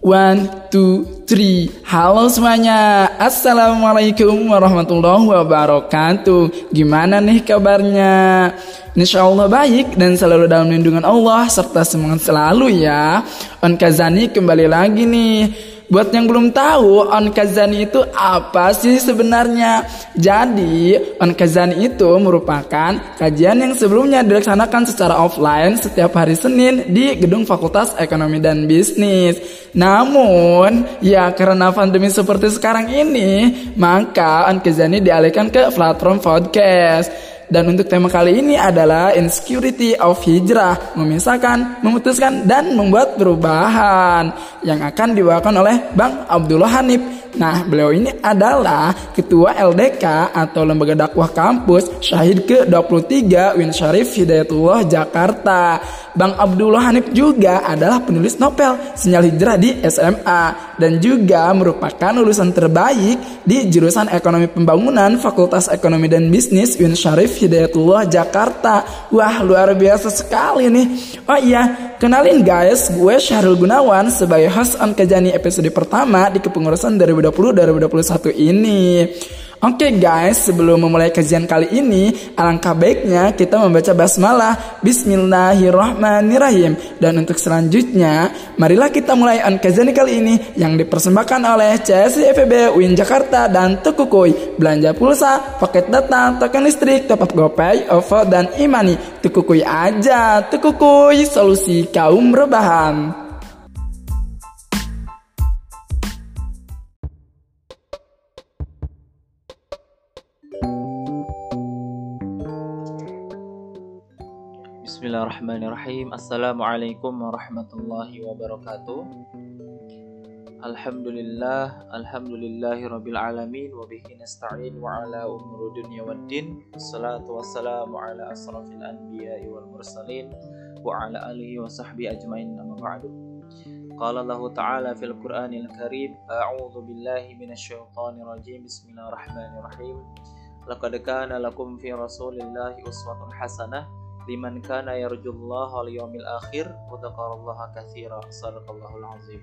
One, two, three. Halo semuanya, Assalamualaikum warahmatullahi wabarakatuh. Gimana nih kabarnya? Insya Allah baik dan selalu dalam lindungan Allah serta semangat selalu ya. On Kazani kembali lagi nih. Buat yang belum tahu, On Kazani itu apa sih sebenarnya? Jadi, On Kazani itu merupakan kajian yang sebelumnya dilaksanakan secara offline setiap hari Senin di Gedung Fakultas Ekonomi dan Bisnis. Namun, ya karena pandemi seperti sekarang ini, maka On Kazani dialihkan ke platform podcast. Dan untuk tema kali ini adalah Insecurity of Hijrah, memisahkan, memutuskan, dan membuat perubahan, yang akan dibawakan oleh Bang Abdullah Hanif. Nah, beliau ini adalah Ketua LDK atau Lembaga Dakwah Kampus Syahid ke-23 Win Syarif Hidayatullah Jakarta. Bang Abdullah Hanif juga adalah penulis novel Sinyal Hijrah di SMA dan juga merupakan lulusan terbaik di jurusan Ekonomi Pembangunan Fakultas Ekonomi dan Bisnis Win Syarif Hidayatullah Jakarta. Wah, luar biasa sekali nih. Oh iya, kenalin guys, gue Syahrul Gunawan sebagai host On Kazani episode pertama di kepengurusan 2020-2021 ini. Oke guys, sebelum memulai kajian kali ini, alangkah baiknya kita membaca basmalah Bismillahirrahmanirrahim. Dan untuk selanjutnya, marilah kita mulai On Kazani kali ini yang dipersembahkan oleh CSI FEB UIN Jakarta dan Tukukui. Belanja pulsa, paket data, token listrik, top up GoPay, OVO, dan e-money. Tukukui aja, Tukukui, solusi kaum rebahan. Bismillahirrahmanirrahim. Assalamualaikum warahmatullahi wabarakatuh. Alhamdulillahirabbil alamin wa bihi nasta'in wa ala umuri dunya waddin. Wassalatu wassalamu ala asrafil anbiya'i wal mursalin wa ala alihi wa sahbihi ajmain, amma ba'du. Qala Allah ta'ala fil Qur'anil Karim, a'udzu billahi minasyaitonir rajim. Bismillahirrahmanirrahim. Laqad kana lakum fi Rasulillahi uswatun hasanah liman kana yarjullaha wal yawmil akhir wa dzakarallaha katsira. Shadaqallahul azim.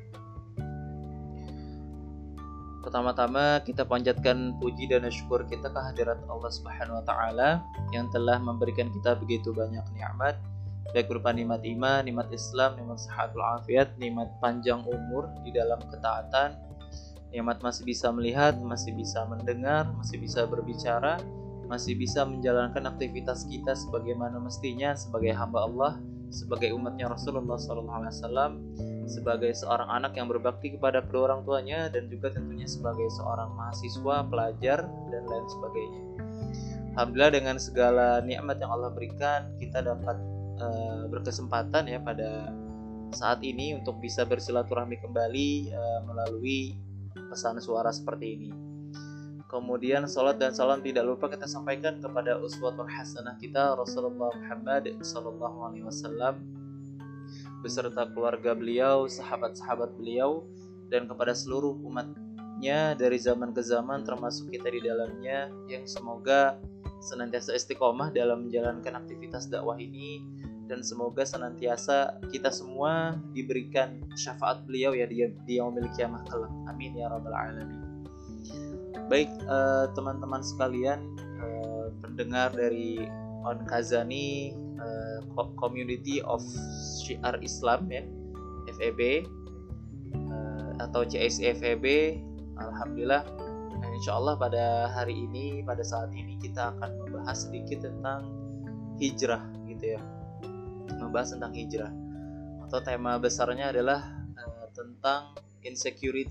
Pertama-tama kita panjatkan puji dan syukur kita kehadirat Allah Subhanahu wa taala yang telah memberikan kita begitu banyak nikmat, baik berupa nikmat iman, nikmat Islam, nikmat sehatul afiat, nikmat panjang umur di dalam ketaatan, nikmat masih bisa melihat, masih bisa mendengar, masih bisa berbicara, masih bisa menjalankan aktivitas kita sebagaimana mestinya sebagai hamba Allah, sebagai umatnya Rasulullah SAW, sebagai seorang anak yang berbakti kepada kedua orang tuanya, dan juga tentunya sebagai seorang mahasiswa, pelajar, dan lain sebagainya. Alhamdulillah, dengan segala nikmat yang Allah berikan, kita dapat berkesempatan ya pada saat ini untuk bisa bersilaturahmi kembali melalui pesan suara seperti ini. Kemudian salat dan salam tidak lupa kita sampaikan kepada uswatun hasanah kita Rasulullah Muhammad SAW beserta keluarga beliau, sahabat-sahabat beliau, dan kepada seluruh umatnya dari zaman ke zaman termasuk kita di dalamnya, yang semoga senantiasa istiqomah dalam menjalankan aktivitas dakwah ini, dan semoga senantiasa kita semua diberikan syafaat beliau ya di yaumil qiyamah kelak. Amin ya rabbal alamin. Baik teman-teman sekalian, pendengar dari On Kazani Community of Syiar Islam ya, FEB atau CSI FEB. Alhamdulillah, insyaallah pada hari ini, pada saat ini kita akan membahas sedikit tentang hijrah gitu ya, membahas tentang hijrah, atau tema besarnya adalah tentang insecure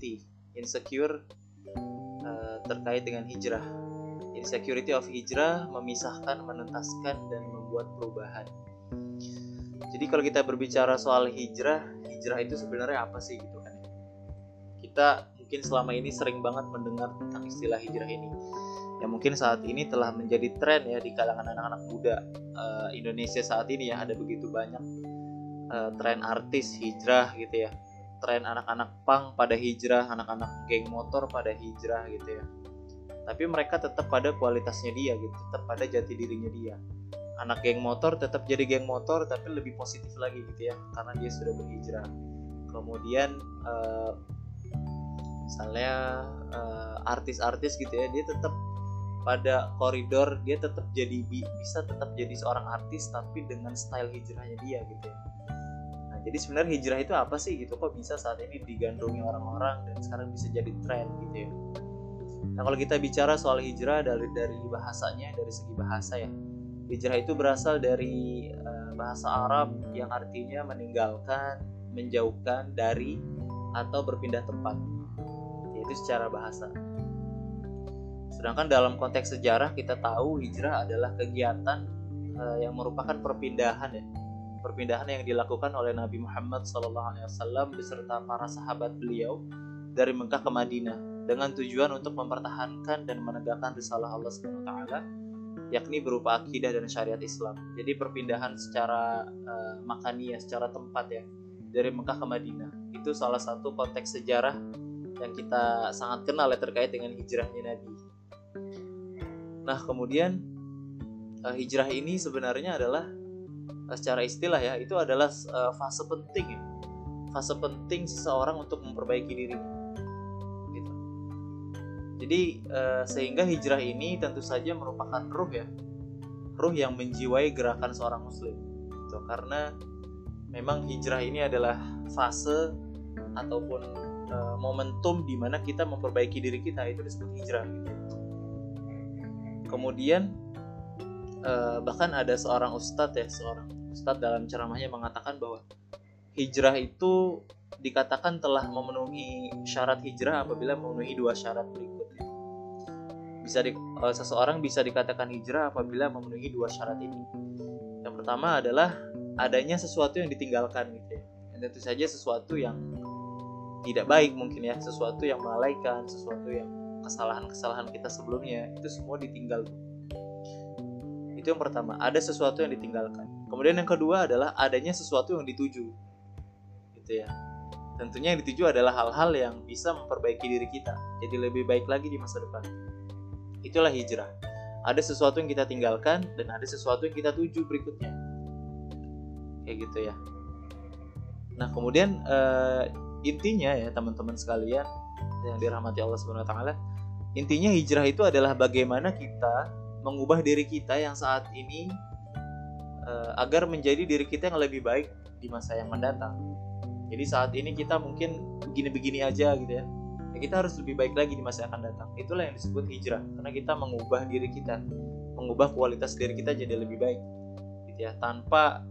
terkait dengan hijrah. Insecurity of hijrah, memisahkan, menuntaskan, dan membuat perubahan. Jadi kalau kita berbicara soal hijrah itu sebenarnya apa sih gitu kan? Kita mungkin selama ini sering banget mendengar tentang istilah hijrah ini. Yang mungkin saat ini telah menjadi tren ya di kalangan anak-anak muda Indonesia saat ini ya, ada begitu banyak tren artis hijrah gitu ya. Tren anak-anak punk pada hijrah, anak-anak geng motor pada hijrah gitu ya. Tapi mereka tetap pada kualitasnya dia gitu, tetap pada jati dirinya dia. Anak geng motor tetap jadi geng motor, tapi lebih positif lagi gitu ya, karena dia sudah berhijrah. Kemudian misalnya artis-artis gitu ya, dia tetap pada koridor, dia tetap bisa tetap jadi seorang artis tapi dengan style hijrahnya dia gitu ya. Nah, jadi sebenarnya hijrah itu apa sih gitu, kok bisa saat ini digandrungi orang-orang dan sekarang bisa jadi tren gitu ya. Nah, kalau kita bicara soal hijrah dari bahasanya, dari segi bahasa ya, hijrah itu berasal dari bahasa Arab yang artinya meninggalkan, menjauhkan dari, atau berpindah tempat. Itu secara bahasa. Sedangkan dalam konteks sejarah kita tahu hijrah adalah kegiatan yang merupakan perpindahan ya. Perpindahan yang dilakukan oleh Nabi Muhammad SAW beserta para sahabat beliau dari Mekah ke Madinah dengan tujuan untuk mempertahankan dan menegakkan risalah Allah SWT, yakni berupa akidah dan syariat Islam. Jadi perpindahan secara makaniyah, secara tempat ya, dari Mekah ke Madinah. Itu salah satu konteks sejarah yang kita sangat kenal ya terkait dengan hijrahnya Nabi. Nah, kemudian hijrah ini sebenarnya adalah secara istilah ya, itu adalah fase penting ya. Fase penting seseorang untuk memperbaiki dirinya. Gitu. Jadi sehingga hijrah ini tentu saja merupakan ruh ya. Ruh yang menjiwai gerakan seorang muslim. Gitu. Karena memang hijrah ini adalah fase ataupun momentum di mana kita memperbaiki diri kita, itu disebut hijrah gitu. Kemudian bahkan ada seorang ustadz dalam ceramahnya mengatakan bahwa hijrah itu dikatakan telah memenuhi syarat hijrah apabila memenuhi 2 syarat berikut. Seseorang bisa dikatakan hijrah apabila memenuhi 2 syarat ini. Yang pertama adalah adanya sesuatu yang ditinggalkan gitu ya. Dan tentu saja sesuatu yang tidak baik mungkin ya, sesuatu yang melalaikan, sesuatu yang kesalahan-kesalahan kita sebelumnya, itu semua ditinggal. Itu yang pertama, ada sesuatu yang ditinggalkan. Kemudian yang kedua adalah adanya sesuatu yang dituju. Gitu ya. Tentunya yang dituju adalah hal-hal yang bisa memperbaiki diri kita, jadi lebih baik lagi di masa depan. Itulah hijrah. Ada sesuatu yang kita tinggalkan dan ada sesuatu yang kita tuju berikutnya. Kayak gitu ya. Nah, kemudian intinya ya teman-teman sekalian yang dirahmati Allah SWT, intinya hijrah itu adalah bagaimana kita mengubah diri kita yang saat ini agar menjadi diri kita yang lebih baik di masa yang mendatang. Jadi saat ini kita mungkin begini-begini aja gitu ya. Kita harus lebih baik lagi di masa yang akan datang. Itulah yang disebut hijrah, karena kita mengubah diri kita, mengubah kualitas diri kita jadi lebih baik gitu ya, tanpa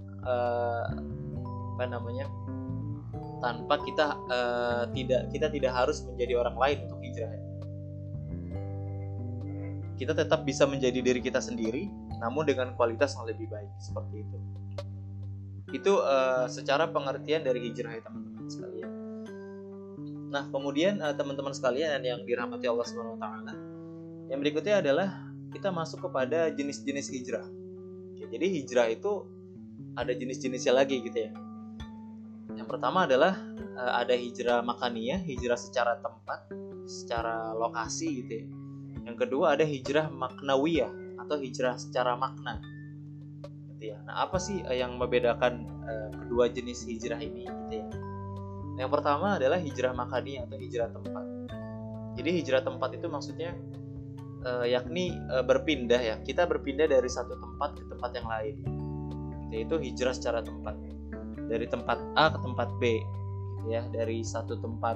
tanpa kita tidak harus menjadi orang lain untuk hijrah. Kita tetap bisa menjadi diri kita sendiri, namun dengan kualitas yang lebih baik, seperti itu. Itu secara pengertian dari hijrah ya teman-teman sekalian. Nah, kemudian teman-teman sekalian yang dirahmati Allah SWT, yang berikutnya adalah kita masuk kepada jenis-jenis hijrah. Jadi hijrah itu ada jenis-jenisnya lagi gitu ya. Yang pertama adalah ada hijrah makaniyah, hijrah secara tempat, secara lokasi gitu ya. Yang kedua ada hijrah maknawiyah atau hijrah secara makna gitu ya. Nah, apa sih yang membedakan kedua jenis hijrah ini gitu ya? Yang pertama adalah hijrah makaniyah atau hijrah tempat. Jadi hijrah tempat itu maksudnya yakni berpindah ya. Kita berpindah dari satu tempat ke tempat yang lain. Yaitu hijrah secara tempat. Dari tempat A ke tempat B gitu ya. Dari satu tempat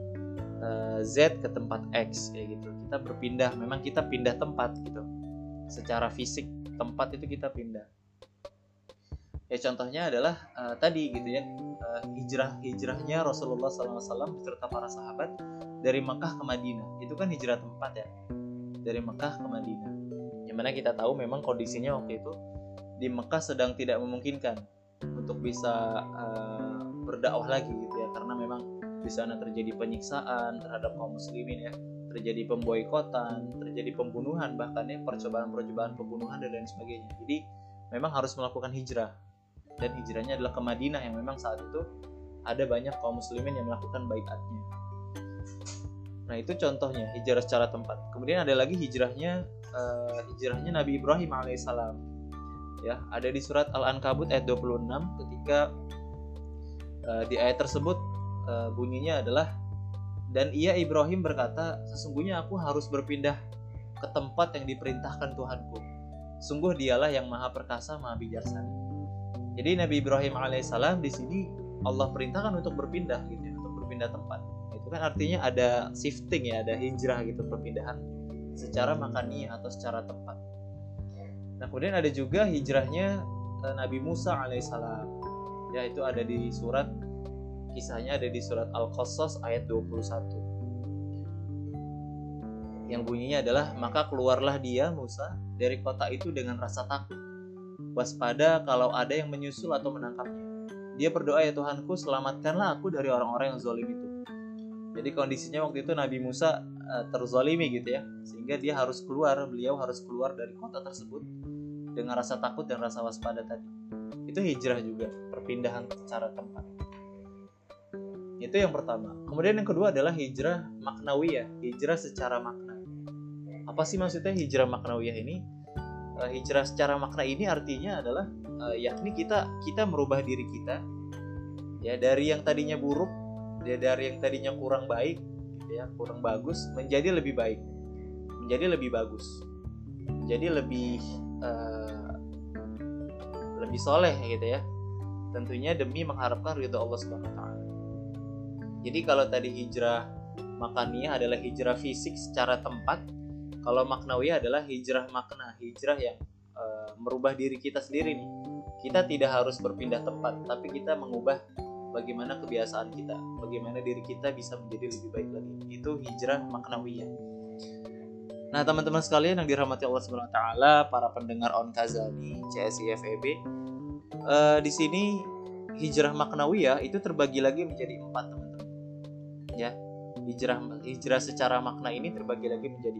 Z ke tempat X kayak gitu. Kita berpindah, memang kita pindah tempat gitu. Secara fisik tempat itu kita pindah. Ya contohnya adalah tadi gitu ya, hijrahnya Rasulullah SAW beserta para sahabat dari Mekah ke Madinah. Itu kan hijrah tempat ya, dari Mekah ke Madinah. Yang mana kita tahu memang kondisinya waktu itu di Mekah sedang tidak memungkinkan untuk bisa berdakwah lagi gitu ya, karena memang di sana terjadi penyiksaan terhadap kaum muslimin ya, terjadi pemboikotan, terjadi pembunuhan, bahkan ya percobaan pembunuhan dan lain sebagainya. Jadi memang harus melakukan hijrah. Dan hijrahnya adalah ke Madinah yang memang saat itu ada banyak kaum muslimin yang melakukan baiatnya. Nah, itu contohnya hijrah secara tempat. Kemudian ada lagi hijrahnya Nabi Ibrahim alaihissalam. Ya, ada di surat Al-Ankabut ayat 26 ketika di ayat tersebut bunyinya adalah, dan ia Ibrahim berkata, sesungguhnya aku harus berpindah ke tempat yang diperintahkan Tuhanku. Sungguh dialah yang maha perkasa, maha bijaksana. Jadi Nabi Ibrahim alaihissalam di sini Allah perintahkan untuk berpindah gitu ya, untuk berpindah tempat. Itu kan artinya ada shifting ya, ada hijrah gitu, perpindahan secara makani atau secara tempat. Nah, kemudian ada juga hijrahnya Nabi Musa alaihissalam. Ya, itu ada di surat, kisahnya ada di surat Al-Qasas ayat 21. Yang bunyinya adalah, maka keluarlah dia Musa dari kota itu dengan rasa takut, waspada kalau ada yang menyusul atau menangkapnya. Dia berdoa, ya Tuhanku, selamatkanlah aku dari orang-orang yang zalim itu. Jadi kondisinya waktu itu Nabi Musa terzalimi gitu ya, sehingga beliau harus keluar dari kota tersebut dengan rasa takut dan rasa waspada tadi. Itu hijrah juga, perpindahan secara tempat. Itu yang pertama. Kemudian yang kedua adalah hijrah maknawiyah, hijrah secara makna. Apa sih maksudnya hijrah maknawiyah ini? Hijrah secara makna ini artinya adalah yakni kita merubah diri kita ya, dari yang tadinya buruk, ya, dari yang tadinya kurang baik gitu ya, kurang bagus, menjadi lebih baik, menjadi lebih bagus, menjadi lebih soleh gitu ya, tentunya demi mengharapkan ridha Allah Subhanahu wa taala. Jadi kalau tadi hijrah makaniyah adalah hijrah fisik secara tempat, kalau maknawiyah adalah hijrah makna, hijrah yang merubah diri kita sendiri nih. Kita tidak harus berpindah tempat, tapi kita mengubah bagaimana kebiasaan kita, bagaimana diri kita bisa menjadi lebih baik lagi. Itu hijrah maknawiyah. Nah, teman-teman sekalian yang dirahmati Allah Subhanahu wa taala, para pendengar On Kazani CSI FEB, di sini hijrah maknawiyah itu terbagi lagi menjadi 4, teman-teman. Ya. Hijrah secara makna ini terbagi lagi menjadi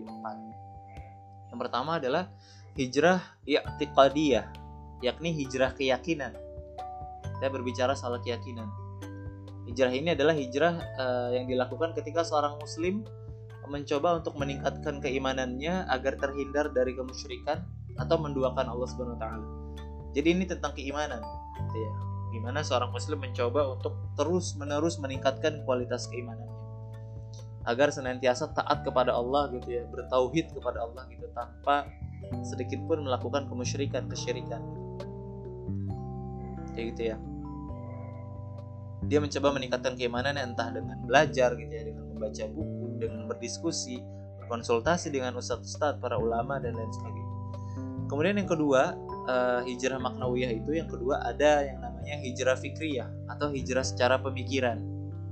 4. Yang pertama adalah hijrah i'tiqadiyah, yakni hijrah keyakinan. Kita berbicara soal keyakinan. Hijrah ini adalah hijrah yang dilakukan ketika seorang muslim mencoba untuk meningkatkan keimanannya agar terhindar dari kemusyrikan atau menduakan Allah Subhanahu wa taala. Jadi ini tentang keimanan gitu ya. Gimana seorang muslim mencoba untuk terus-menerus meningkatkan kualitas keimanannya agar senantiasa taat kepada Allah gitu ya, bertauhid kepada Allah gitu, tanpa sedikit pun melakukan kemusyrikan, kesyirikan kayak gitu ya. Dia mencoba meningkatkan keimanannya entah dengan belajar gitu ya, dengan membaca buku, dengan berdiskusi, berkonsultasi dengan ustadz-ustadz, para ulama dan lain sebagainya. Kemudian yang kedua, hijrah maknawiyah itu yang kedua ada yang namanya hijrah fikriyah atau hijrah secara pemikiran.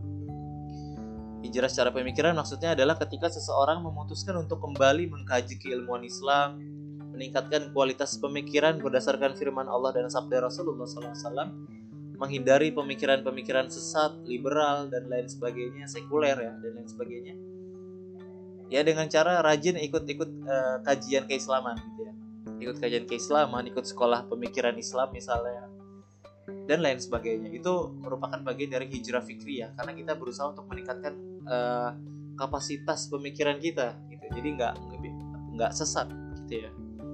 Hijrah secara pemikiran maksudnya adalah ketika seseorang memutuskan untuk kembali mengkaji keilmuan Islam, meningkatkan kualitas pemikiran berdasarkan firman Allah dan sabda Rasulullah SAW, menghindari pemikiran-pemikiran sesat, liberal dan lain sebagainya, sekuler ya dan lain sebagainya. Ya dengan cara rajin ikut-ikut kajian keislaman gitu ya, ikut kajian keislaman, ikut sekolah pemikiran Islam misalnya, dan lain sebagainya. Itu merupakan bagian dari hijrah fikriyah karena kita berusaha untuk meningkatkan kapasitas pemikiran kita gitu. Jadi nggak sesat gitu ya.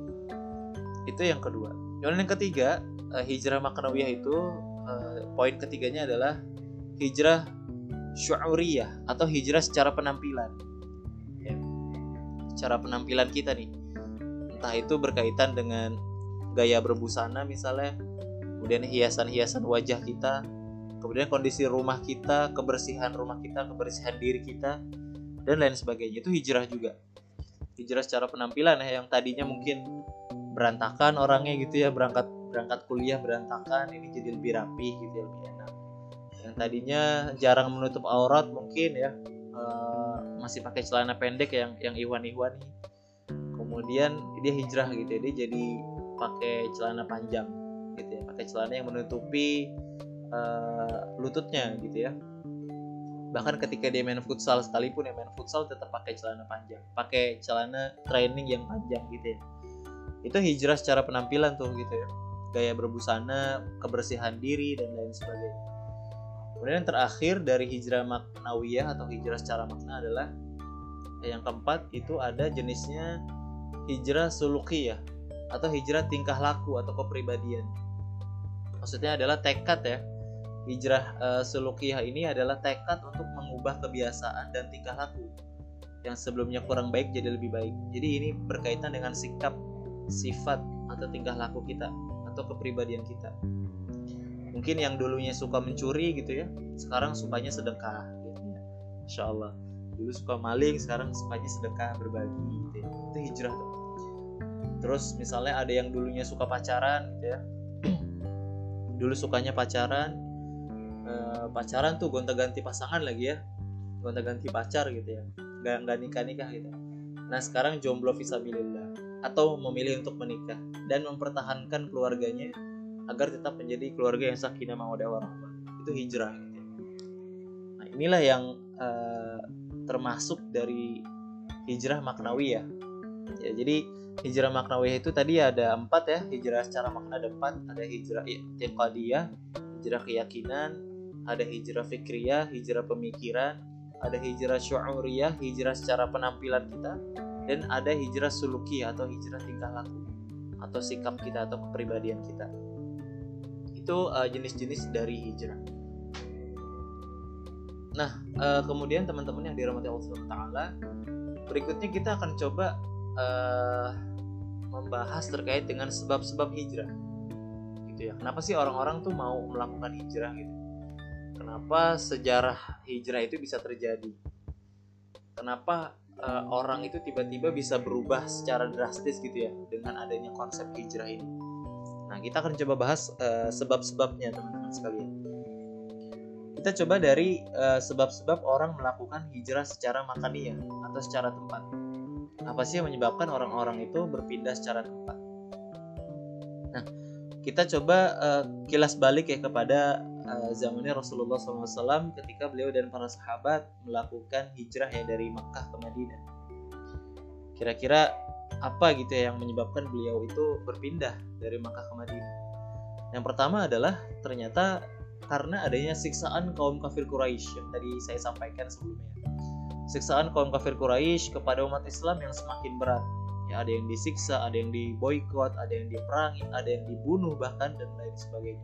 Itu yang kedua. Dan yang ketiga, hijrah maknawiyah itu poin ketiganya adalah hijrah syu'uriyah atau hijrah secara penampilan ya. Secara penampilan kita nih, entah itu berkaitan dengan gaya berbusana misalnya, kemudian hiasan-hiasan wajah kita, kemudian kondisi rumah kita, kebersihan rumah kita, kebersihan diri kita, dan lain sebagainya. Itu hijrah juga. Hijrah secara penampilan ya, yang tadinya mungkin berantakan orangnya gitu ya, berangkat kuliah berantakan, ini jadi lebih rapi gitu ya, lebih enak. Yang tadinya jarang menutup aurat mungkin ya, masih pakai celana pendek yang iwan-iwan, kemudian dia hijrah gitu ya, dia jadi pakai celana panjang gitu ya, pakai celana yang menutupi lututnya gitu ya. Bahkan ketika dia main futsal sekalipun, ya main futsal tetap pakai celana panjang, pakai celana training yang panjang gitu ya. Itu hijrah secara penampilan tuh gitu ya, gaya berbusana, kebersihan diri dan lain sebagainya. Kemudian yang terakhir dari hijrah maknawiyah atau hijrah secara makna adalah yang keempat, itu ada jenisnya hijrah sulukiyah atau hijrah tingkah laku atau kepribadian. Maksudnya adalah tekad ya, Sulukiyah ini adalah tekad untuk mengubah kebiasaan dan tingkah laku yang sebelumnya kurang baik jadi lebih baik. Jadi ini berkaitan dengan sikap, sifat atau tingkah laku kita atau kepribadian kita. Mungkin yang dulunya suka mencuri gitu ya, sekarang sukanya sedekah gitu ya. Insya Allah. Dulu suka maling, sekarang sukanya sedekah, berbagi gitu ya. Itu hijrah tuh. Terus misalnya ada yang dulunya suka pacaran gitu ya. Dulu sukanya pacaran tuh gonta-ganti pasangan lagi ya, gonta-ganti pacar gitu ya, nggak nikah gitu. Nah sekarang jomblo fisabilillah atau memilih untuk menikah dan mempertahankan keluarganya agar tetap menjadi keluarga yang sakinah mawaddah warahmah. Itu hijrah gitu ya. Nah inilah yang termasuk dari hijrah maknawiyah ya. Jadi hijrah maknawiyah itu tadi ada 4 ya. Hijrah secara makna ada 4. Ada hijrah i'tiqadiyah, hijrah keyakinan, ada hijrah fikriyah, hijrah pemikiran, ada hijrah syu'uriyah, hijrah secara penampilan kita, dan ada hijrah sulukiyah atau hijrah tingkah laku atau sikap kita atau kepribadian kita. Itu jenis-jenis dari hijrah. Nah, kemudian teman-teman yang dirahmati Allah SWT, berikutnya kita akan coba membahas terkait dengan sebab-sebab hijrah gitu ya. Kenapa sih orang-orang tuh mau melakukan hijrah gitu? Kenapa sejarah hijrah itu bisa terjadi? Kenapa orang itu tiba-tiba bisa berubah secara drastis gitu ya dengan adanya konsep hijrah ini? Nah, kita akan coba bahas sebab-sebabnya teman-teman sekalian. Kita coba dari sebab-sebab orang melakukan hijrah secara makaniyah atau secara tempat. Apa sih yang menyebabkan orang-orang itu berpindah secara tempat? Nah, kita coba kilas balik ya kepada zamannya Rasulullah SAW ketika beliau dan para sahabat melakukan hijrah ya dari Makkah ke Madinah. Kira-kira apa gitu ya yang menyebabkan beliau itu berpindah dari Makkah ke Madinah? Yang pertama adalah ternyata karena adanya siksaan kaum kafir Quraisy yang tadi saya sampaikan sebelumnya. Siksaan kaum kafir Quraisy kepada umat Islam yang semakin berat. Ya, ada yang disiksa, ada yang diboikot, ada yang diperangi, ada yang dibunuh bahkan dan lain sebagainya.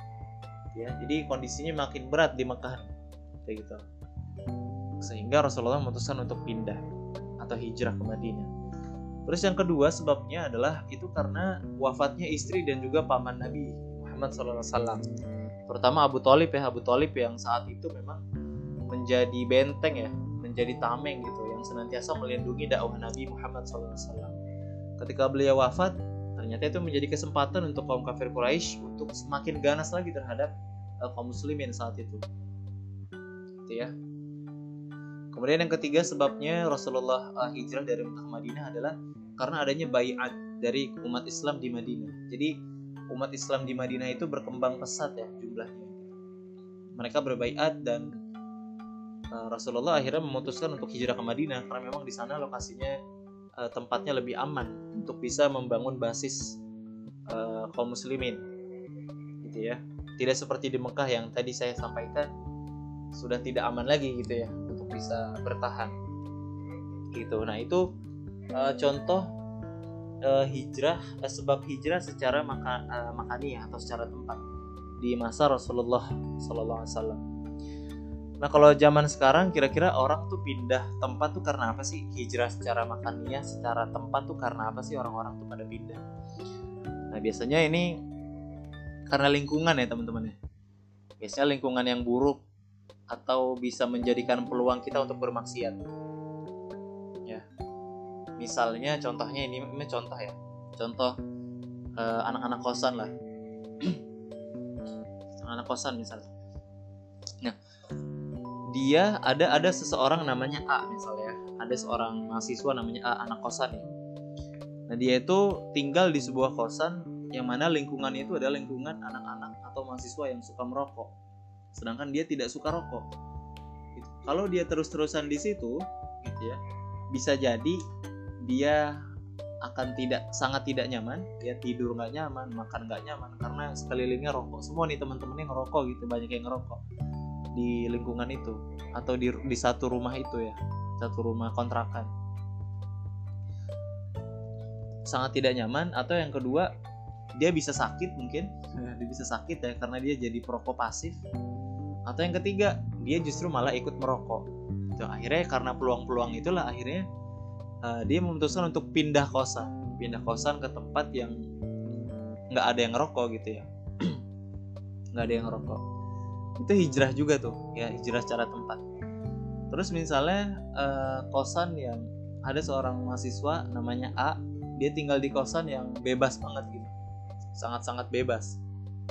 Ya, jadi kondisinya makin berat di Mekah kayak gitu. Sehingga Rasulullah memutuskan untuk pindah atau hijrah ke Madinah. Terus yang kedua sebabnya adalah itu karena wafatnya istri dan juga paman Nabi Muhammad SAW. Terutama Abu Thalib ya, Abu Thalib yang saat itu memang menjadi benteng ya, menjadi tameng gitu yang senantiasa melindungi dakwah Nabi Muhammad SAW. Ketika beliau wafat, ternyata itu menjadi kesempatan untuk kaum kafir Quraisy untuk semakin ganas lagi terhadap kaum muslimin saat itu. Gitu ya. Kemudian yang ketiga sebabnya Rasulullah hijrah dari Mekah ke Madinah adalah karena adanya bai'at dari umat Islam di Madinah. Jadi umat Islam di Madinah itu berkembang pesat ya jumlahnya. Mereka berbaiat dan Rasulullah akhirnya memutuskan untuk hijrah ke Madinah karena memang di sana lokasinya tempatnya lebih aman untuk bisa membangun basis kaum muslimin. Gitu ya. Tidak seperti di Mekah yang tadi saya sampaikan sudah tidak aman lagi gitu ya untuk bisa bertahan. Gitu. Nah, itu contoh hijrah, sebab hijrah secara makaniyah atau secara tempat di masa Rasulullah SAW. Nah kalau zaman sekarang kira-kira orang tuh pindah tempat tuh karena apa sih? Hijrah secara makaniyah, secara tempat tuh karena apa sih orang-orang tuh pada pindah? Nah biasanya ini karena lingkungan ya teman-teman ya. Biasanya lingkungan yang buruk atau bisa menjadikan peluang kita untuk bermaksiat. Ya. Misalnya contohnya ini contoh ya. Contoh anak-anak kosan lah. Anak kosan misalnya. Nah, dia ada seseorang namanya A misalnya. Ada seorang mahasiswa namanya A, anak kosan ya. Nah, dia itu tinggal di sebuah kosan yang mana lingkungannya itu adalah lingkungan anak-anak atau mahasiswa yang suka merokok. Sedangkan dia tidak suka rokok. Gitu. Kalau dia terus-terusan di situ, gitu ya, bisa jadi dia akan sangat tidak nyaman, dia tidur nggak nyaman, makan nggak nyaman karena sekelilingnya rokok. Semua nih teman-teman yang ngerokok gitu, banyak yang ngerokok di lingkungan itu atau di satu rumah itu ya, satu rumah kontrakan. Sangat tidak nyaman. Atau yang kedua, dia bisa sakit mungkin, dia bisa sakit ya karena dia jadi perokok pasif. Atau yang ketiga, dia justru malah ikut merokok. Itu akhirnya karena peluang-peluang itulah akhirnya dia memutuskan untuk pindah kosan ke tempat yang nggak ada yang ngerokok gitu ya. Nggak ada yang ngerokok. Itu hijrah juga tuh ya, hijrah secara tempat. Terus misalnya kosan yang ada seorang mahasiswa namanya A, dia tinggal di kosan yang bebas banget gitu, sangat-sangat bebas.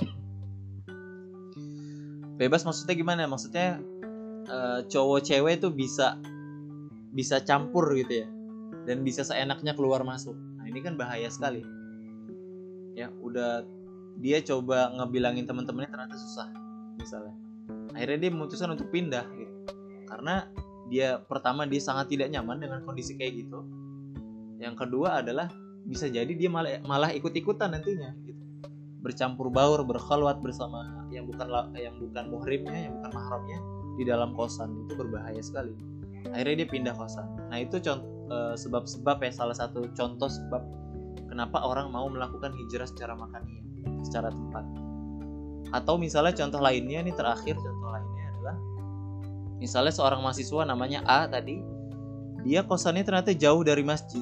Bebas maksudnya gimana? Maksudnya cowok cewek tuh bisa campur gitu ya, dan bisa seenaknya keluar masuk. Nah ini kan bahaya sekali. Ya udah dia coba ngebilangin teman-temannya ternyata susah misalnya. Akhirnya dia memutuskan untuk pindah gitu. Karena pertama dia sangat tidak nyaman dengan kondisi kayak gitu. Yang kedua adalah bisa jadi dia malah ikut-ikutan nantinya gitu. Bercampur baur, berkhalwat bersama yang bukan muhrimnya, yang bukan mahramnya di dalam kosan. Itu berbahaya sekali. Akhirnya dia pindah kosan. Nah itu sebab-sebab ya, salah satu contoh sebab kenapa orang mau melakukan hijrah secara makaniah, secara tempat. Atau misalnya contoh lainnya nih, terakhir contoh lainnya adalah misalnya seorang mahasiswa namanya A tadi, dia kosannya ternyata jauh dari masjid.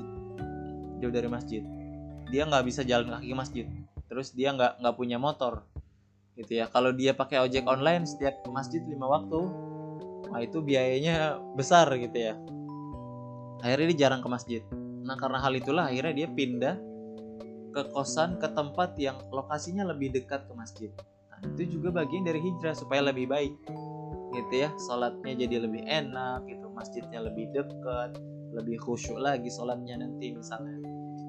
Dia nggak bisa jalan kaki ke masjid. Terus dia nggak punya motor gitu ya. Kalau dia pakai ojek online setiap ke masjid 5 waktu, wah itu biayanya besar gitu ya. Akhirnya dia jarang ke masjid. Nah karena hal itulah akhirnya dia pindah ke kosan, ke tempat yang lokasinya lebih dekat ke masjid. Nah itu juga bagian dari hijrah supaya lebih baik gitu ya. Sholatnya jadi lebih enak gitu, masjidnya lebih dekat, lebih khusyuk lagi sholatnya nanti misalnya.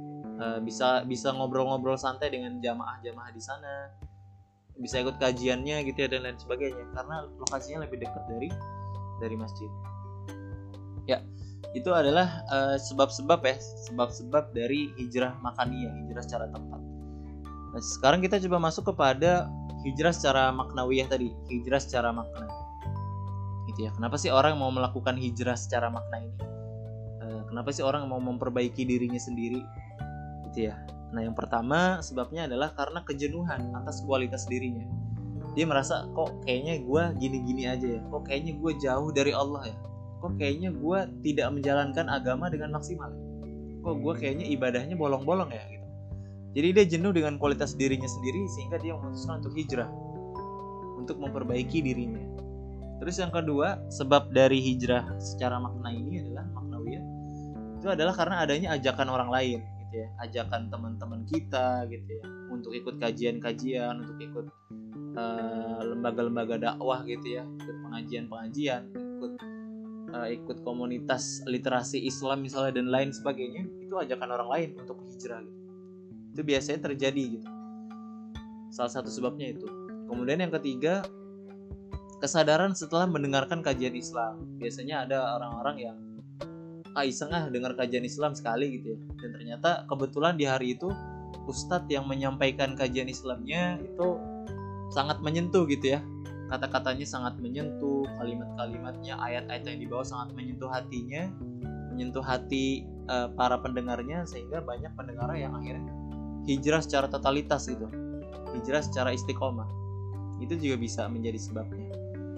Bisa ngobrol-ngobrol santai dengan jamaah-jamaah di sana, bisa ikut kajiannya gitu ya, dan lain sebagainya, karena lokasinya lebih dekat dari masjid. Ya, itu adalah sebab-sebab dari hijrah makaniyah, hijrah secara tempat. Nah, sekarang kita coba masuk kepada hijrah secara maknawiyah tadi, hijrah secara makna. Gitu ya. Kenapa sih orang mau melakukan hijrah secara makna ini? Kenapa sih orang mau memperbaiki dirinya sendiri? Gitu ya. Nah, yang pertama sebabnya adalah karena kejenuhan atas kualitas dirinya. Dia merasa kok kayaknya gue gini-gini aja ya. Kok kayaknya gue jauh dari Allah ya. Kok kayaknya gue tidak menjalankan agama dengan maksimal. Kok gue kayaknya ibadahnya bolong-bolong ya gitu. Jadi dia jenuh dengan kualitas dirinya sendiri sehingga dia memutuskan untuk hijrah, untuk memperbaiki dirinya. Terus yang kedua, sebab dari hijrah secara makna ini adalah maknawiyah. Itu adalah karena adanya ajakan orang lain. Gitu ya, ajakan teman-teman kita gitu ya, untuk ikut kajian-kajian, untuk ikut lembaga-lembaga dakwah gitu ya, ikut pengajian-pengajian, ikut komunitas literasi Islam misalnya dan lain sebagainya. Itu ajakan orang lain untuk hijrah gitu. Itu biasanya terjadi gitu. Salah satu sebabnya itu. Kemudian yang ketiga, kesadaran setelah mendengarkan kajian Islam. Biasanya ada orang-orang yang iseng dengar kajian Islam sekali gitu ya, dan ternyata kebetulan di hari itu ustadz yang menyampaikan kajian Islamnya itu sangat menyentuh gitu ya, kata-katanya sangat menyentuh, kalimat-kalimatnya, ayat-ayat yang dibawa sangat menyentuh hatinya, menyentuh hati para pendengarnya, sehingga banyak pendengar yang akhirnya hijrah secara totalitas gitu, hijrah secara istiqomah. Itu juga bisa menjadi sebabnya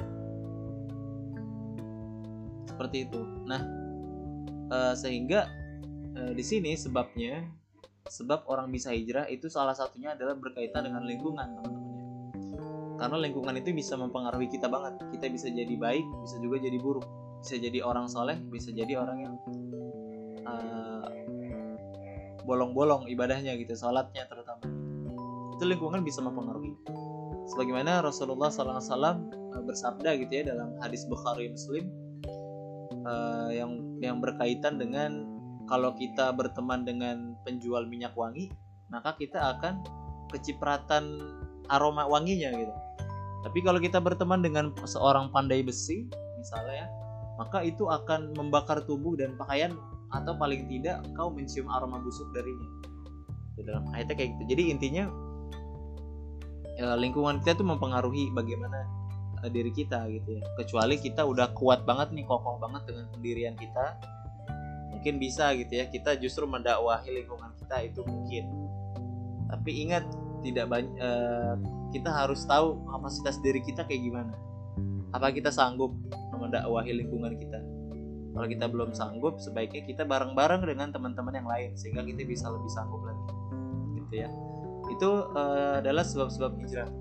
seperti itu. Nah sehingga di sini sebab orang bisa hijrah itu salah satunya adalah berkaitan dengan lingkungan, teman-teman. Karena lingkungan itu bisa mempengaruhi kita banget. Kita bisa jadi baik, bisa juga jadi buruk. Bisa jadi orang soleh, bisa jadi orang yang bolong-bolong ibadahnya gitu, sholatnya terutama. Itu lingkungan bisa mempengaruhi. Sebagaimana Rasulullah SAW bersabda gitu ya dalam hadis Bukhari Muslim, yang berkaitan dengan kalau kita berteman dengan penjual minyak wangi, maka kita akan kecipratan aroma wanginya gitu. Tapi kalau kita berteman dengan seorang pandai besi misalnya ya, maka itu akan membakar tubuh dan pakaian, atau paling tidak engkau mencium aroma busuk darinya. Dalam ayatnya kayak gitu. Jadi intinya lingkungan kita tuh mempengaruhi bagaimana diri kita gitu ya. Kecuali kita udah kuat banget nih, kokoh banget dengan pendirian kita, mungkin bisa gitu ya, kita justru mendakwahi lingkungan kita, itu mungkin. Tapi ingat, kita harus tahu kapasitas diri kita kayak gimana. Apa kita sanggup mendakwahi lingkungan kita? Kalau kita belum sanggup, sebaiknya kita bareng-bareng dengan teman-teman yang lain sehingga kita bisa lebih sanggup lagi, gitu ya. Itu adalah sebab-sebab hijrah.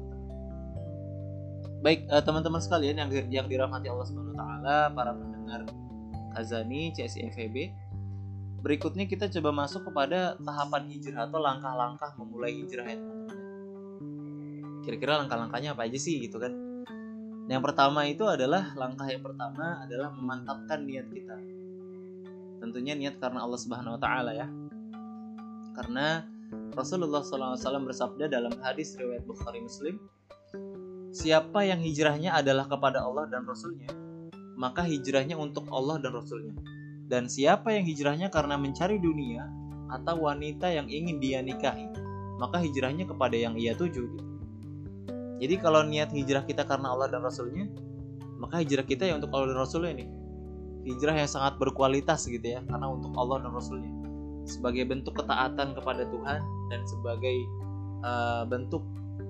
Baik, teman-teman sekalian yang dirahmati Allah Subhanahu wa taala, para pendengar Kazani CSI FEB. Berikutnya kita coba masuk kepada tahapan hijrah atau langkah-langkah memulai hijrah ya teman-teman. Kira-kira langkah-langkahnya apa aja sih gitu kan? Yang pertama langkah yang pertama adalah memantapkan niat kita. Tentunya niat karena Allah Subhanahu wa taala ya. Karena Rasulullah SAW bersabda dalam hadis riwayat Bukhari Muslim, siapa yang hijrahnya adalah kepada Allah dan Rasulnya, maka hijrahnya untuk Allah dan Rasulnya. Dan siapa yang hijrahnya karena mencari dunia atau wanita yang ingin dia nikahi, maka hijrahnya kepada yang ia tuju. Jadi kalau niat hijrah kita karena Allah dan Rasulnya, maka hijrah kita ya untuk Allah dan Rasulnya nih. Hijrah yang sangat berkualitas gitu ya, karena untuk Allah dan Rasulnya. Sebagai bentuk ketaatan kepada Tuhan dan sebagai bentuk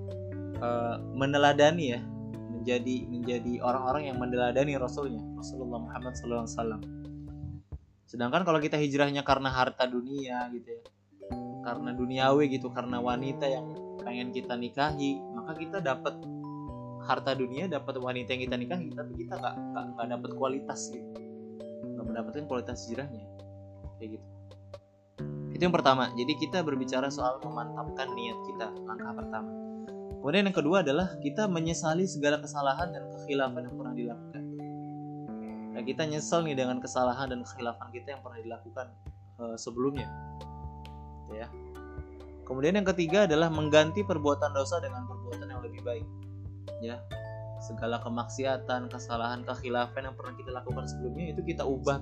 meneladani ya, menjadi orang-orang yang meneladani Rasulnya, Rasulullah Muhammad SAW. Sedangkan kalau kita hijrahnya karena harta dunia gitu ya, karena duniawi gitu, karena wanita yang pengen kita nikahi, maka kita dapat harta dunia, dapat wanita yang kita nikahi, tapi kita nggak dapat kualitas gitu, nggak mendapatkan kualitas hijrahnya kayak gitu. Itu yang pertama. Jadi kita berbicara soal memantapkan niat kita, langkah pertama. Kemudian yang kedua adalah kita menyesali segala kesalahan dan kekhilafan yang pernah dilakukan. Nah, kita nyesel nih dengan kesalahan dan kekhilafan kita yang pernah dilakukan sebelumnya, ya. Kemudian yang ketiga adalah mengganti perbuatan dosa dengan perbuatan yang lebih baik, ya. Segala kemaksiatan, kesalahan, kekhilafan yang pernah kita lakukan sebelumnya itu kita ubah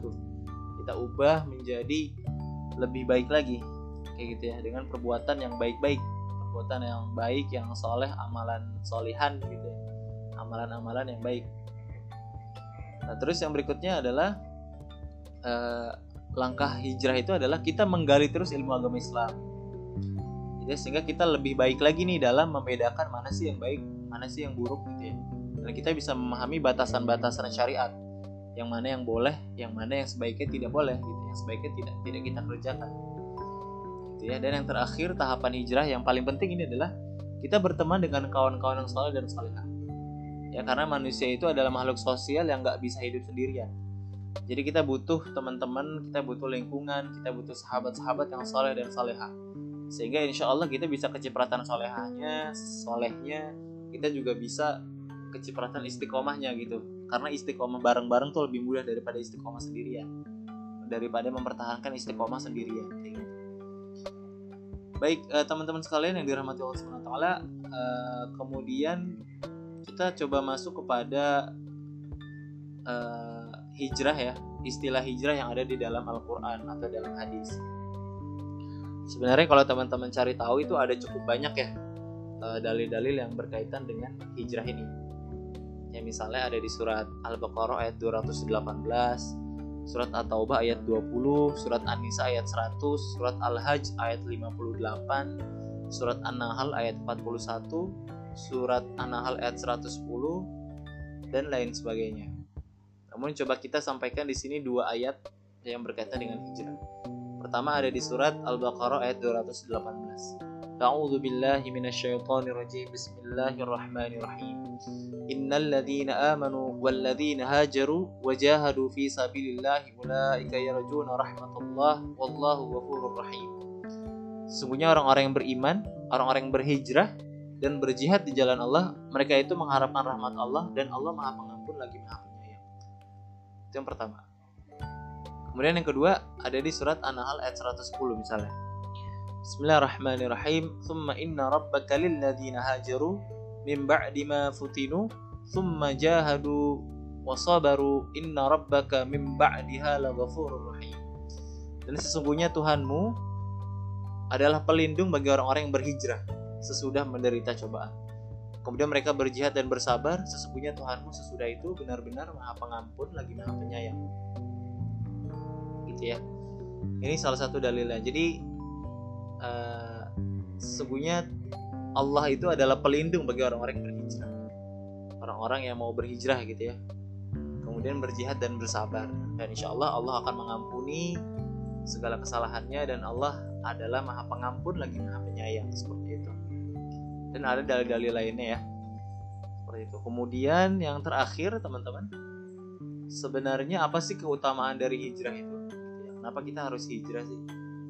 menjadi lebih baik lagi, kayak gitu ya, dengan perbuatan yang baik-baik, perbuatan yang baik, yang soleh, amalan solihan gitu ya, amalan-amalan yang baik. Nah, terus yang berikutnya adalah langkah hijrah itu adalah kita menggali terus ilmu agama Islam. Jadi sehingga kita lebih baik lagi nih dalam membedakan mana sih yang baik, mana sih yang buruk gitu ya. Dan kita bisa memahami batasan-batasan syariat. Yang mana yang boleh, yang mana yang sebaiknya tidak boleh gitu. Yang sebaiknya tidak kita kerjakan. Gitu ya. Dan yang terakhir, tahapan hijrah yang paling penting ini adalah kita berteman dengan kawan-kawan yang saleh dan salehah. Ya, karena manusia itu adalah makhluk sosial yang gak bisa hidup sendirian. Jadi kita butuh teman-teman, kita butuh lingkungan, kita butuh sahabat-sahabat yang saleh dan salehah. Sehingga insya Allah kita bisa kecipratan solehahnya, solehnya, kita juga bisa kecipratan istiqomahnya gitu. Karena istiqomah bareng-bareng tuh lebih mudah daripada istiqomah sendirian, daripada mempertahankan istiqomah sendirian. Baik, teman-teman sekalian yang dirahmati Allah SWT, kemudian kita coba masuk kepada hijrah ya, istilah hijrah yang ada di dalam Al-Quran atau dalam hadis. Sebenarnya kalau teman-teman cari tahu itu ada cukup banyak ya dalil-dalil yang berkaitan dengan hijrah ini. Ya, misalnya ada di surat Al-Baqarah ayat 218, surat At-Taubah ayat 20, surat An-Nisa ayat 100, surat Al-Hajj ayat 58, surat An-Nahl ayat 41, surat An-Nahl ayat 110, dan lain sebagainya. Namun coba kita sampaikan di sini dua ayat yang berkaitan dengan hijrah. Pertama ada di surat Al-Baqarah ayat 218. A'udzu billahi minasyaitonir rajim. Bismillahirrahmanirrahim. Innal ladzina amanu wal ladzina hajaru wajahadu fi sabilillahi ulaika yarjuna rahmatullah wallahu ghafurur rahim. Sesungguhnya orang-orang yang beriman, orang-orang yang berhijrah dan berjihad di jalan Allah, mereka itu mengharapkan rahmat Allah dan Allah Maha Pengampun lagi Maha Penyayang. Itu yang pertama. Kemudian yang kedua ada di surat An-Nahl ayat 110 misalnya. Bismillahirrahmanirrahim. Tsumma inna rabbaka lil ladzina hajaru min ba'di ma futinu tsumma jahadu wa sabaru inna rabbaka min ba'diha laghafurur rahim. Dan sesungguhnya Tuhanmu adalah pelindung bagi orang-orang yang berhijrah sesudah menderita cobaan. Kemudian mereka berjihad dan bersabar, sesungguhnya Tuhanmu sesudah itu benar-benar Maha Pengampun lagi Maha Penyayang. Gitu ya. Ini salah satu dalilnya. Jadi sesungguhnya Allah itu adalah pelindung bagi orang-orang yang berhijrah. Orang-orang yang mau berhijrah gitu ya, kemudian berjihad dan bersabar. Dan insya Allah Allah akan mengampuni segala kesalahannya, dan Allah adalah Maha Pengampun lagi Maha Penyayang, seperti itu. Dan ada dalil-dalil lainnya ya, seperti itu. Kemudian yang terakhir teman-teman, sebenarnya apa sih keutamaan dari hijrah itu? Kenapa kita harus hijrah sih?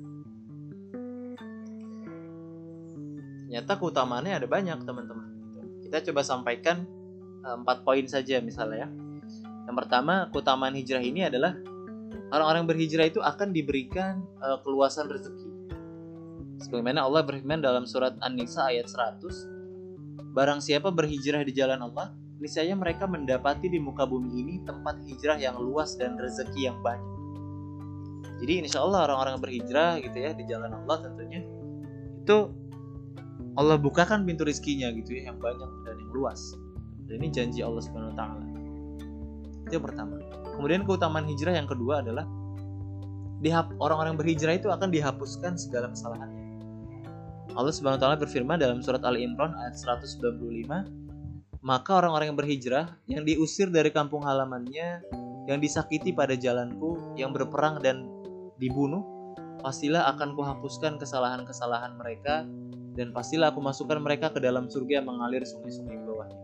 Ternyata keutamaannya ada banyak teman-teman. Kita coba sampaikan 4 poin saja misalnya ya. Yang pertama, keutamaan hijrah ini adalah orang-orang berhijrah itu akan diberikan keluasan rezeki. Sebagaimana Allah berfirman dalam surat An-Nisa ayat 100, barang siapa berhijrah di jalan Allah, niscaya mereka mendapati di muka bumi ini tempat hijrah yang luas dan rezeki yang banyak. Jadi insya Allah orang-orang berhijrah gitu ya di jalan Allah tentunya, itu Allah bukakan pintu rezekinya gitu ya, yang banyak dan yang luas. Dan ini janji Allah Subhanahu wa taala. Itu yang pertama. Kemudian keutamaan hijrah yang kedua adalah orang-orang berhijrah itu akan dihapuskan segala kesalahannya. Allah Subhanahu wa taala berfirman dalam surat Al-Imran ayat 195, maka orang-orang yang berhijrah yang diusir dari kampung halamannya, yang disakiti pada jalanku, yang berperang dan dibunuh, pastilah akan kuhapuskan kesalahan-kesalahan mereka, dan pastilah aku masukkan mereka ke dalam surga yang mengalir sungai-sungai di bawahnya.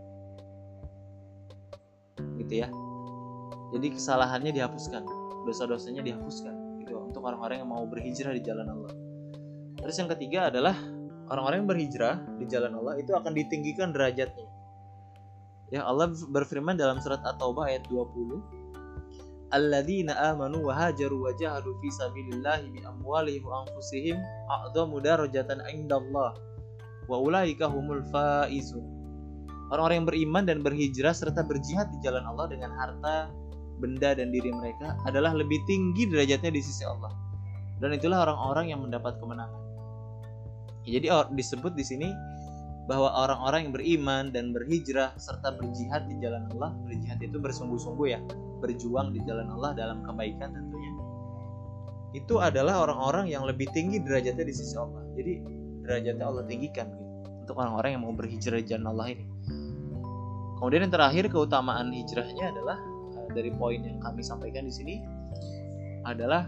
Gitu ya. Jadi kesalahannya dihapuskan, dosa-dosanya dihapuskan gitu untuk orang-orang yang mau berhijrah di jalan Allah. Terus yang ketiga adalah orang-orang yang berhijrah di jalan Allah itu akan ditinggikan derajatnya. Ya, Allah berfirman dalam surat At-Taubah ayat 20, alladzina amanu wa hajaru wa jahadu fi sabilillahi bi amwalihim wa anfusihim a'dhamu darajatan 'indallah wa ulaika humul faizun. Orang-orang yang beriman dan berhijrah serta berjihad di jalan Allah dengan harta, benda dan diri mereka adalah lebih tinggi derajatnya di sisi Allah. Dan itulah orang-orang yang mendapat kemenangan. Jadi disebut di sini bahwa orang-orang yang beriman dan berhijrah serta berjihad di jalan Allah, berjihad itu bersungguh-sungguh ya, berjuang di jalan Allah dalam kebaikan tentunya. Itu adalah orang-orang yang lebih tinggi derajatnya di sisi Allah. Jadi derajatnya Allah tinggikan gitu, untuk orang-orang yang mau berhijrah di jalan Allah ini. Kemudian yang terakhir keutamaan hijrahnya adalah dari poin yang kami sampaikan di sini adalah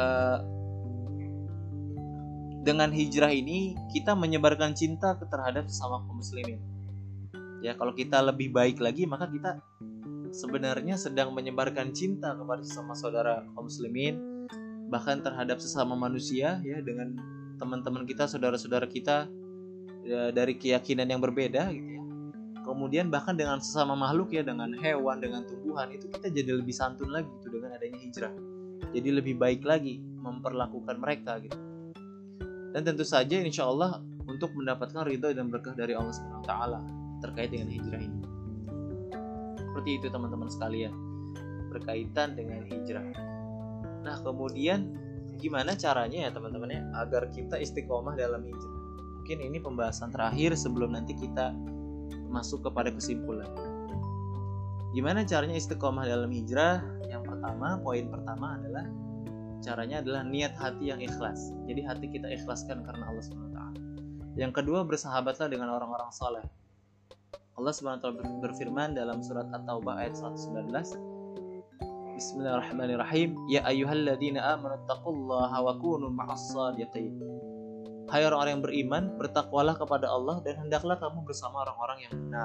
dengan hijrah ini kita menyebarkan cinta terhadap sesama kaum muslimin. Ya, kalau kita lebih baik lagi, maka kita sebenarnya sedang menyebarkan cinta kepada sesama saudara kaum muslimin, bahkan terhadap sesama manusia ya, dengan teman-teman kita, saudara-saudara kita ya, dari keyakinan yang berbeda gitu ya. Kemudian bahkan dengan sesama makhluk ya, dengan hewan, dengan tumbuhan, itu kita jadi lebih santun lagi gitu dengan adanya hijrah. Jadi lebih baik lagi memperlakukan mereka gitu. Dan tentu saja insya Allah untuk mendapatkan ridho dan berkah dari Allah Subhanahu wa taala terkait dengan hijrah ini. Seperti itu teman-teman sekalian, berkaitan dengan hijrah. Nah, kemudian gimana caranya ya teman-teman ya agar kita istiqomah dalam hijrah? Mungkin ini pembahasan terakhir sebelum nanti kita masuk kepada kesimpulan. Gimana caranya istiqomah dalam hijrah? Yang pertama, poin pertama adalah caranya adalah niat hati yang ikhlas. Jadi hati kita ikhlaskan karena Allah SWT. Yang kedua, bersahabatlah dengan orang-orang saleh. Allah SWT berfirman dalam surat At-Taubah ayat 119, Bismillahirrahmanirrahim, ya ayyuhalladzina amanu taqullaha wa kunu ma'as shadiqin. Hai orang-orang yang beriman, bertakwalah kepada Allah dan hendaklah kamu bersama orang-orang yang benar.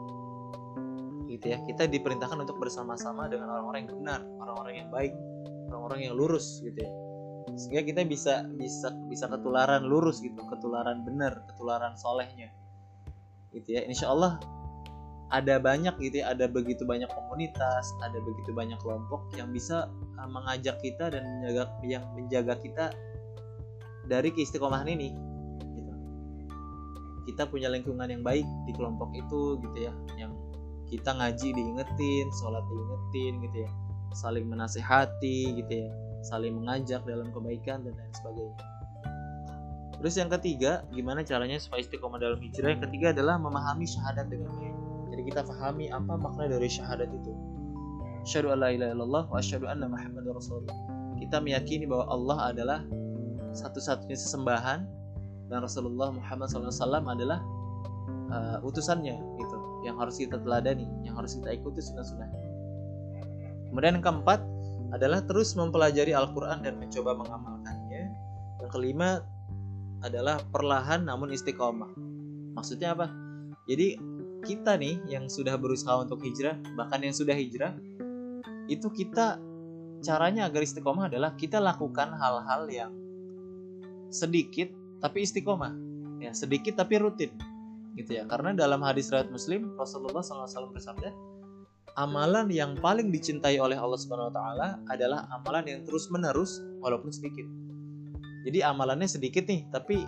Gitu ya, kita diperintahkan untuk bersama-sama dengan orang-orang yang benar, orang-orang yang baik, orang-orang yang lurus gitu ya. Sehingga kita bisa ketularan lurus gitu, ketularan benar, ketularan solehnya. Gitu ya. Insya Allah ada banyak gitu ya, ada begitu banyak komunitas, ada begitu banyak kelompok yang bisa mengajak kita dan menjaga kita dari keistiqomahan ini gitu. Kita punya lingkungan yang baik di kelompok itu gitu ya, yang kita ngaji diingetin, sholat diingetin gitu ya, saling menasehati gitu ya, saling mengajak dalam kebaikan dan lain sebagainya. Terus yang ketiga, gimana caranya supaya istiqomah dalam hijrah? Yang ketiga adalah memahami syahadat dengan baik. Jadi kita pahami apa makna dari syahadat itu. Asyhadu an la ilaha illallah wa asyhadu anna Muhammadar Rasulullah. Kita meyakini bahwa Allah adalah satu-satunya sesembahan dan Rasulullah Muhammad SAW adalah utusannya gitu, yang harus kita teladani, yang harus kita ikuti sunnah-sunnahnya. Kemudian yang keempat adalah terus mempelajari Al-Quran dan mencoba mengamalkannya. Yang kelima adalah perlahan namun istiqomah. Maksudnya apa? Jadi kita nih yang sudah berusaha untuk hijrah, bahkan yang sudah hijrah, itu kita caranya agar istiqomah adalah kita lakukan hal-hal yang sedikit tapi istiqomah, ya sedikit tapi rutin, gitu ya. Karena dalam hadis riwayat Muslim, Rasulullah SAW bersabda, amalan yang paling dicintai oleh Allah Subhanahu Wa Taala adalah amalan yang terus menerus walaupun sedikit. Jadi amalannya sedikit nih, tapi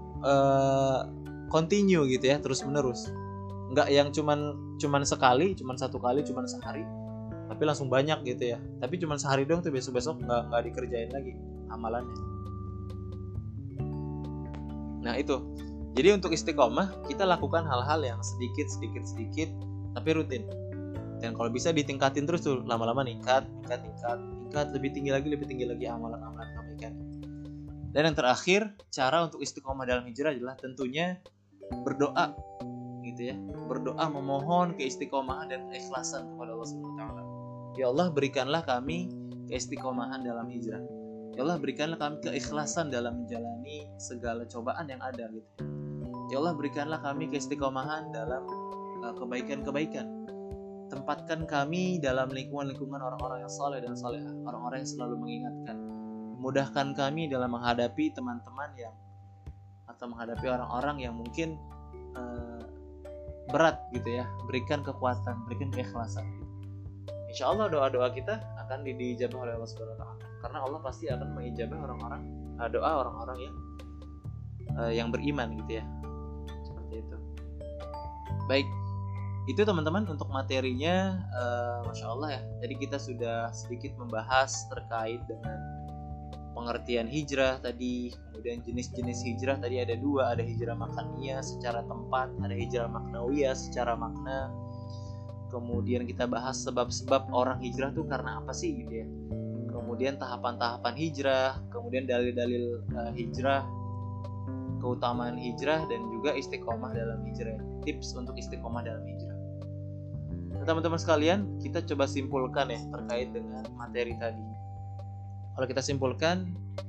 continue gitu ya, terus menerus. Nggak yang cuman sekali, cuman satu kali, cuman sehari, tapi langsung banyak gitu ya. Tapi cuman sehari doang tuh, besok nggak dikerjain lagi amalannya. Nah itu. Jadi untuk istiqomah kita lakukan hal-hal yang sedikit tapi rutin. Dan kalau bisa ditingkatin terus tuh, lama-lama meningkat, lebih tinggi lagi amalan-amalan kebaikan. Dan yang terakhir, cara untuk istiqomah dalam hijrah adalah tentunya berdoa, gitu ya. Berdoa memohon keistiqomahan dan keikhlasan kepada Allah Subhanahu wa taala. Ya Allah, berikanlah kami keistiqomahan dalam hijrah. Ya Allah, berikanlah kami keikhlasan dalam menjalani segala cobaan yang ada gitu. Ya Allah, berikanlah kami keistiqomahan dalam kebaikan-kebaikan. Tempatkan kami dalam lingkungan orang-orang yang saleh dan salehah, orang-orang yang selalu mengingatkan. Mudahkan kami dalam menghadapi teman-teman yang atau menghadapi orang-orang yang mungkin berat gitu ya. Berikan kekuatan, berikan keikhlasan. Insya Allah doa-doa kita akan dijabah oleh Allah Subhanahu wa taala. Karena Allah pasti akan mengijabah doa orang-orang yang beriman gitu ya. Seperti itu. Baik. Itu teman-teman untuk materinya, Masya Allah ya. Jadi kita sudah sedikit membahas terkait dengan pengertian hijrah tadi. Kemudian jenis-jenis hijrah tadi ada dua. Ada hijrah makaniyah secara tempat, ada hijrah maknawiyah secara makna. Kemudian kita bahas sebab-sebab orang hijrah tuh karena apa sih gitu ya. Kemudian tahapan-tahapan hijrah, kemudian dalil-dalil hijrah, keutamaan hijrah, dan juga istiqomah dalam hijrah. Tips untuk istiqomah dalam hijrah. Nah, teman-teman sekalian, kita coba simpulkan ya terkait dengan materi tadi. Kalau kita simpulkan,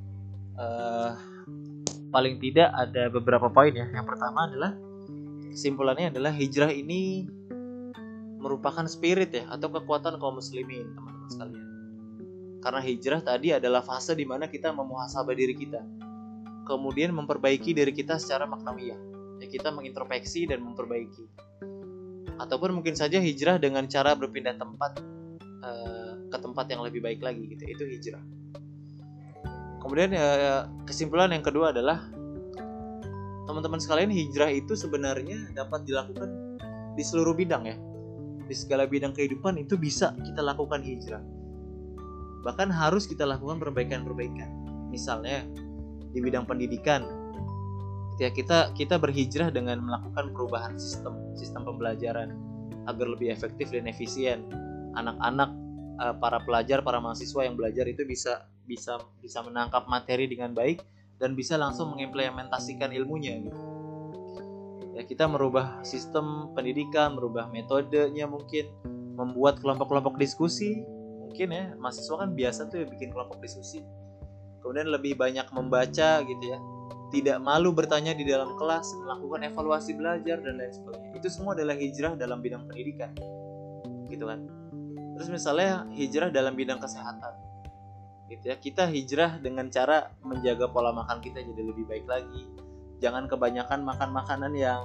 paling tidak ada beberapa poin ya. Yang pertama adalah, kesimpulannya adalah hijrah ini merupakan spirit ya, atau kekuatan kaum muslimin, teman-teman sekalian. Karena hijrah tadi adalah fase di mana kita memuhasabah diri kita, kemudian memperbaiki diri kita secara maknawiyah. Ya, kita mengintrospeksi dan memperbaiki. Ataupun mungkin saja hijrah dengan cara berpindah tempat ke tempat yang lebih baik lagi gitu. Itu hijrah. Kemudian kesimpulan yang kedua adalah, teman-teman sekalian, hijrah itu sebenarnya dapat dilakukan di seluruh bidang ya. Di segala bidang kehidupan itu bisa kita lakukan hijrah. Bahkan harus kita lakukan perbaikan-perbaikan. Misalnya di bidang pendidikan, ya kita berhijrah dengan melakukan perubahan sistem pembelajaran agar lebih efektif dan efisien. Anak-anak, para pelajar, para mahasiswa yang belajar itu bisa menangkap materi dengan baik dan bisa langsung mengimplementasikan ilmunya gitu. Ya, kita merubah sistem pendidikan, merubah metodenya, mungkin membuat kelompok-kelompok diskusi. Mungkin ya, mahasiswa kan biasa tuh bikin kelompok diskusi. Kemudian lebih banyak membaca gitu ya. Tidak malu bertanya di dalam kelas, melakukan evaluasi belajar dan lain sebagainya. Itu semua adalah hijrah dalam bidang pendidikan. Gitu kan. Terus misalnya hijrah dalam bidang kesehatan. Gitu ya. Kita hijrah dengan cara menjaga pola makan kita jadi lebih baik lagi. Jangan kebanyakan makan makanan yang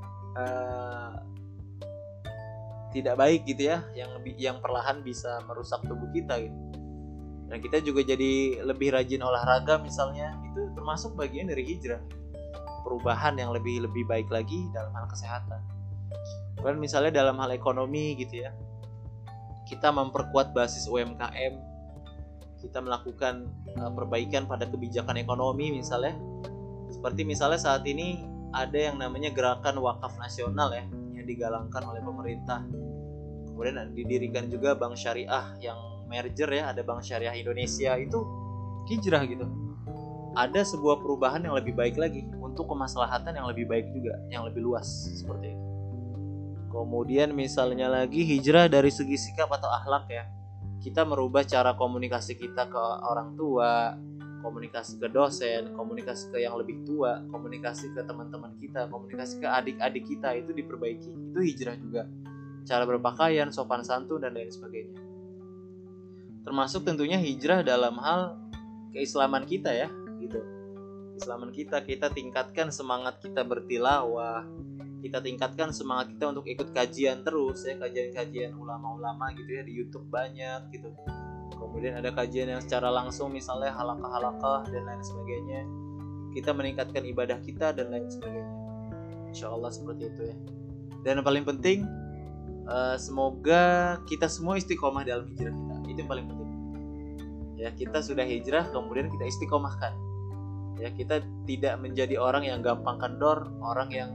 tidak baik gitu ya, yang perlahan bisa merusak tubuh kita gitu. Dan kita juga jadi lebih rajin olahraga misalnya, itu termasuk bagian dari hijrah. Perubahan yang lebih baik lagi dalam hal kesehatan. Kemudian misalnya dalam hal ekonomi gitu ya, kita memperkuat basis UMKM, kita melakukan perbaikan pada kebijakan ekonomi misalnya. Seperti misalnya saat ini ada yang namanya gerakan wakaf nasional ya, yang digalangkan oleh pemerintah. Kemudian didirikan juga bank syariah yang merger ya, ada Bank Syariah Indonesia. Itu hijrah gitu. Ada sebuah perubahan yang lebih baik lagi untuk kemaslahatan yang lebih baik juga, yang lebih luas seperti itu. Kemudian misalnya lagi hijrah dari segi sikap atau akhlak ya. Kita merubah cara komunikasi kita ke orang tua, komunikasi ke dosen, komunikasi ke yang lebih tua, komunikasi ke teman-teman kita, komunikasi ke adik-adik kita, itu diperbaiki. Itu hijrah juga. Cara berpakaian, sopan santun dan lain sebagainya. Termasuk tentunya hijrah dalam hal keislaman kita ya, gitu. Keislaman kita tingkatkan semangat kita bertilawah, kita tingkatkan semangat kita untuk ikut kajian terus ya, kajian-kajian ulama-ulama gitu ya, di YouTube banyak gitu. Kemudian ada kajian yang secara langsung misalnya halaqah-halaqah dan lain sebagainya. Kita meningkatkan ibadah kita dan lain sebagainya. Insyaallah seperti itu ya. Dan yang paling penting, semoga kita semua istiqomah dalam hijrah kita. Itu yang paling penting. Ya, kita sudah hijrah, kemudian kita istiqomahkan. Ya, kita tidak menjadi orang yang gampang kendor, orang yang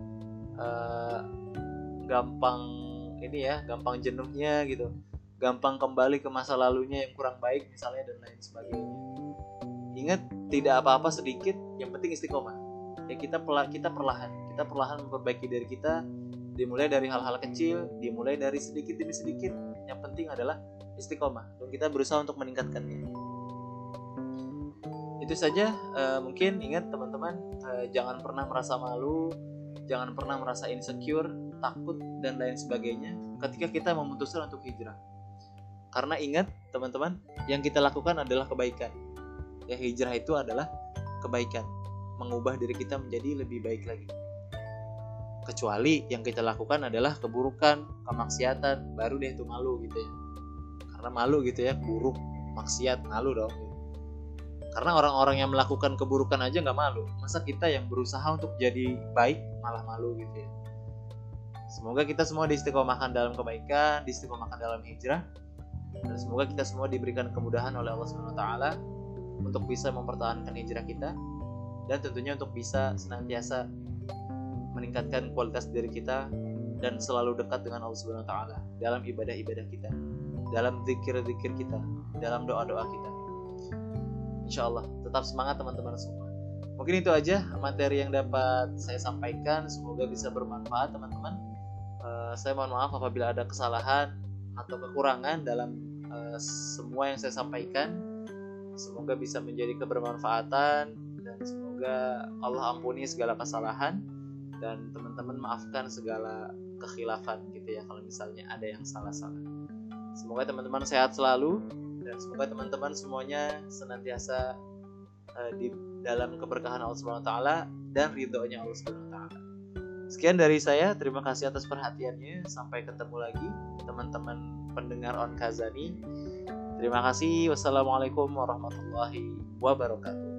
gampang jenuhnya gitu, gampang kembali ke masa lalunya yang kurang baik misalnya dan lain sebagainya. Ingat, tidak apa-apa sedikit, yang penting istiqomah. Ya, kita perlahan memperbaiki diri kita, dimulai dari hal-hal kecil, dimulai dari sedikit demi sedikit. Yang penting adalah istiqomah dan kita berusaha untuk meningkatkannya. Itu saja. Mungkin ingat teman-teman, jangan pernah merasa malu, jangan pernah merasa insecure, takut dan lain sebagainya ketika kita memutuskan untuk hijrah. Karena ingat teman-teman, yang kita lakukan adalah kebaikan. Ya, hijrah itu adalah kebaikan, mengubah diri kita menjadi lebih baik lagi. Kecuali yang kita lakukan adalah keburukan, kemaksiatan, baru deh itu malu gitu ya. Karena malu gitu ya, buruk, maksiat, malu dong. Karena orang-orang yang melakukan keburukan aja nggak malu, masa kita yang berusaha untuk jadi baik malah malu gitu ya. Semoga kita semua diistiqomahkan dalam kebaikan, diistiqomahkan dalam hijrah, dan semoga kita semua diberikan kemudahan oleh Allah SWT untuk bisa mempertahankan hijrah kita, dan tentunya untuk bisa senantiasa meningkatkan kualitas diri kita dan selalu dekat dengan Allah SWT dalam ibadah-ibadah kita, dalam zikir-zikir kita, dalam doa-doa kita. InsyaAllah, tetap semangat teman-teman semua. Mungkin itu aja materi yang dapat saya sampaikan. Semoga bisa bermanfaat teman-teman. Saya mohon maaf apabila ada kesalahan atau kekurangan dalam semua yang saya sampaikan. Semoga bisa menjadi kebermanfaatan, dan semoga Allah ampuni segala kesalahan, dan teman-teman maafkan segala kekhilafan gitu ya, kalau misalnya ada yang salah-salah. Semoga teman-teman sehat selalu, dan semoga teman-teman semuanya senantiasa di dalam keberkahan Allah SWT dan ridhonya Allah SWT. Sekian dari saya, terima kasih atas perhatiannya. Sampai ketemu lagi teman-teman pendengar On Kazani. Terima kasih. Wassalamualaikum warahmatullahi wabarakatuh.